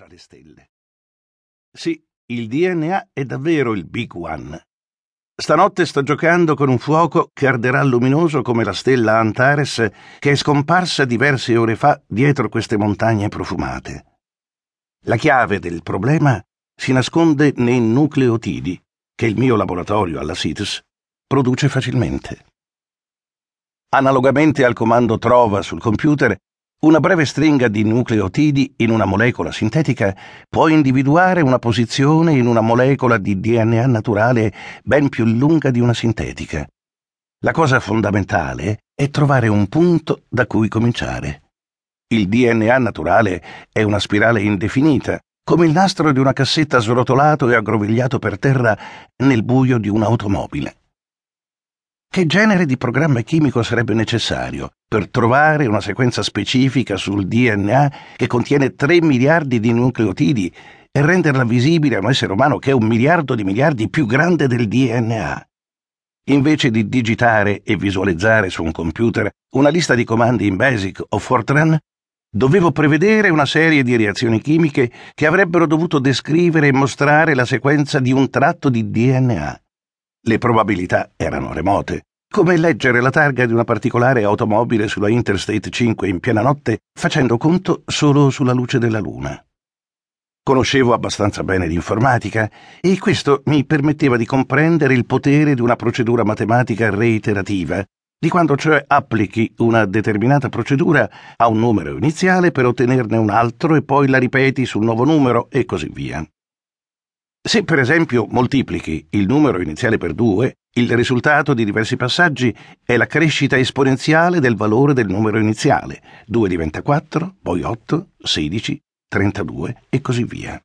le stelle. Sì, il DNA è davvero il Big One. Stanotte sto giocando con un fuoco che arderà luminoso come la stella Antares che è scomparsa diverse ore fa dietro queste montagne profumate. La chiave del problema si nasconde nei nucleotidi che il mio laboratorio alla CITES produce facilmente. Analogamente al comando trova sul computer, una breve stringa di nucleotidi in una molecola sintetica può individuare una posizione in una molecola di DNA naturale ben più lunga di una sintetica. La cosa fondamentale è trovare un punto da cui cominciare. Il DNA naturale è una spirale indefinita, come il nastro di una cassetta srotolato e aggrovigliato per terra nel buio di un'automobile. Che genere di programma chimico sarebbe necessario per trovare una sequenza specifica sul DNA che contiene 3 miliardi di nucleotidi e renderla visibile a un essere umano che è 1 miliardo di miliardi più grande del DNA? Invece di digitare e visualizzare su un computer una lista di comandi in BASIC o Fortran, dovevo prevedere una serie di reazioni chimiche che avrebbero dovuto descrivere e mostrare la sequenza di un tratto di DNA. Le probabilità erano remote, come leggere la targa di una particolare automobile sulla Interstate 5 in piena notte facendo conto solo sulla luce della luna. Conoscevo abbastanza bene l'informatica e questo mi permetteva di comprendere il potere di una procedura matematica reiterativa, di quando cioè applichi una determinata procedura a un numero iniziale per ottenerne un altro e poi la ripeti sul nuovo numero e così via. Se per esempio moltiplichi il numero iniziale per 2, il risultato di diversi passaggi è la crescita esponenziale del valore del numero iniziale. 2 diventa 4, poi 8, 16, 32 e così via.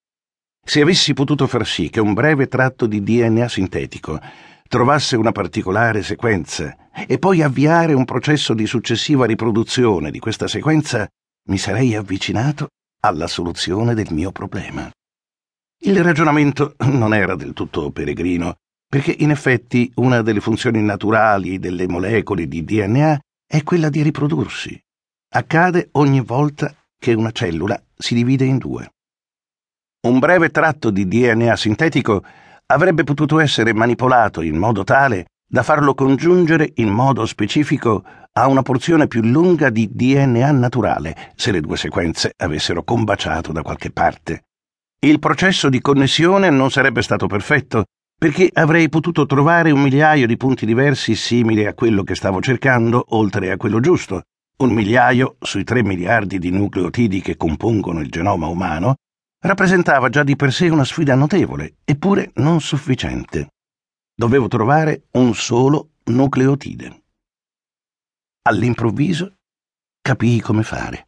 Se avessi potuto far sì che un breve tratto di DNA sintetico trovasse una particolare sequenza e poi avviare un processo di successiva riproduzione di questa sequenza, mi sarei avvicinato alla soluzione del mio problema. Il ragionamento non era del tutto peregrino, perché in effetti una delle funzioni naturali delle molecole di DNA è quella di riprodursi. Accade ogni volta che una cellula si divide in 2. Un breve tratto di DNA sintetico avrebbe potuto essere manipolato in modo tale da farlo congiungere in modo specifico a una porzione più lunga di DNA naturale, se le 2 sequenze avessero combaciato da qualche parte. Il processo di connessione non sarebbe stato perfetto, perché avrei potuto trovare 1 migliaio di punti diversi simili a quello che stavo cercando, oltre a quello giusto. 1 migliaio sui 3 miliardi di nucleotidi che compongono il genoma umano rappresentava già di per sé una sfida notevole, eppure non sufficiente. Dovevo trovare un solo nucleotide. All'improvviso capii come fare.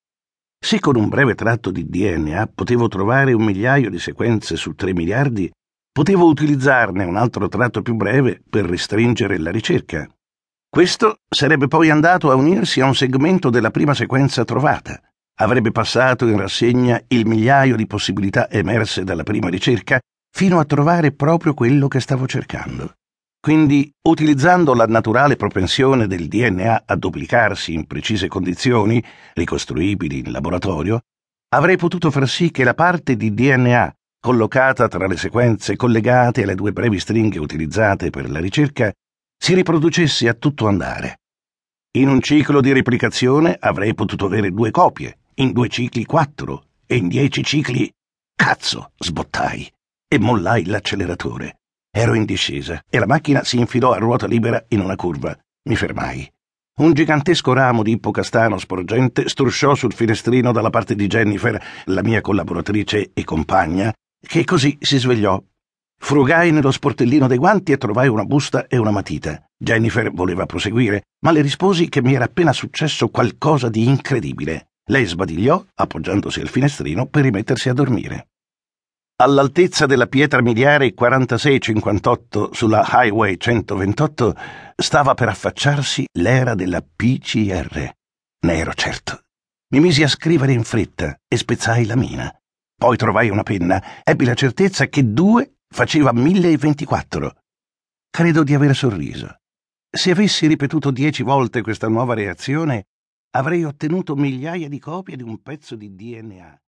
Se con un breve tratto di DNA potevo trovare 1 migliaio di sequenze su 3 miliardi, potevo utilizzarne un altro tratto più breve per restringere la ricerca. Questo sarebbe poi andato a unirsi a un segmento della prima sequenza trovata. Avrebbe passato in rassegna il migliaio di possibilità emerse dalla prima ricerca fino a trovare proprio quello che stavo cercando. Quindi, utilizzando la naturale propensione del DNA a duplicarsi in precise condizioni, ricostruibili in laboratorio, avrei potuto far sì che la parte di DNA collocata tra le sequenze collegate alle 2 brevi stringhe utilizzate per la ricerca si riproducesse a tutto andare. In un ciclo di replicazione avrei potuto avere 2 copie, in 2 cicli 4 e in 10 cicli... Cazzo, sbottai e mollai l'acceleratore. Ero in discesa e la macchina si infilò a ruota libera in una curva. Mi fermai. Un gigantesco ramo di ippocastano sporgente strusciò sul finestrino dalla parte di Jennifer, la mia collaboratrice e compagna, che così si svegliò. Frugai nello sportellino dei guanti e trovai una busta e una matita. Jennifer voleva proseguire, ma le risposi che mi era appena successo qualcosa di incredibile. Lei sbadigliò, appoggiandosi al finestrino per rimettersi a dormire. All'altezza della pietra miliare 4658 sulla Highway 128 stava per affacciarsi l'era della PCR. Ne ero certo. Mi misi a scrivere in fretta e spezzai la mina. Poi trovai una penna, ebbi la certezza che 2 faceva 1024. Credo di aver sorriso. Se avessi ripetuto 10 volte questa nuova reazione, avrei ottenuto migliaia di copie di un pezzo di DNA.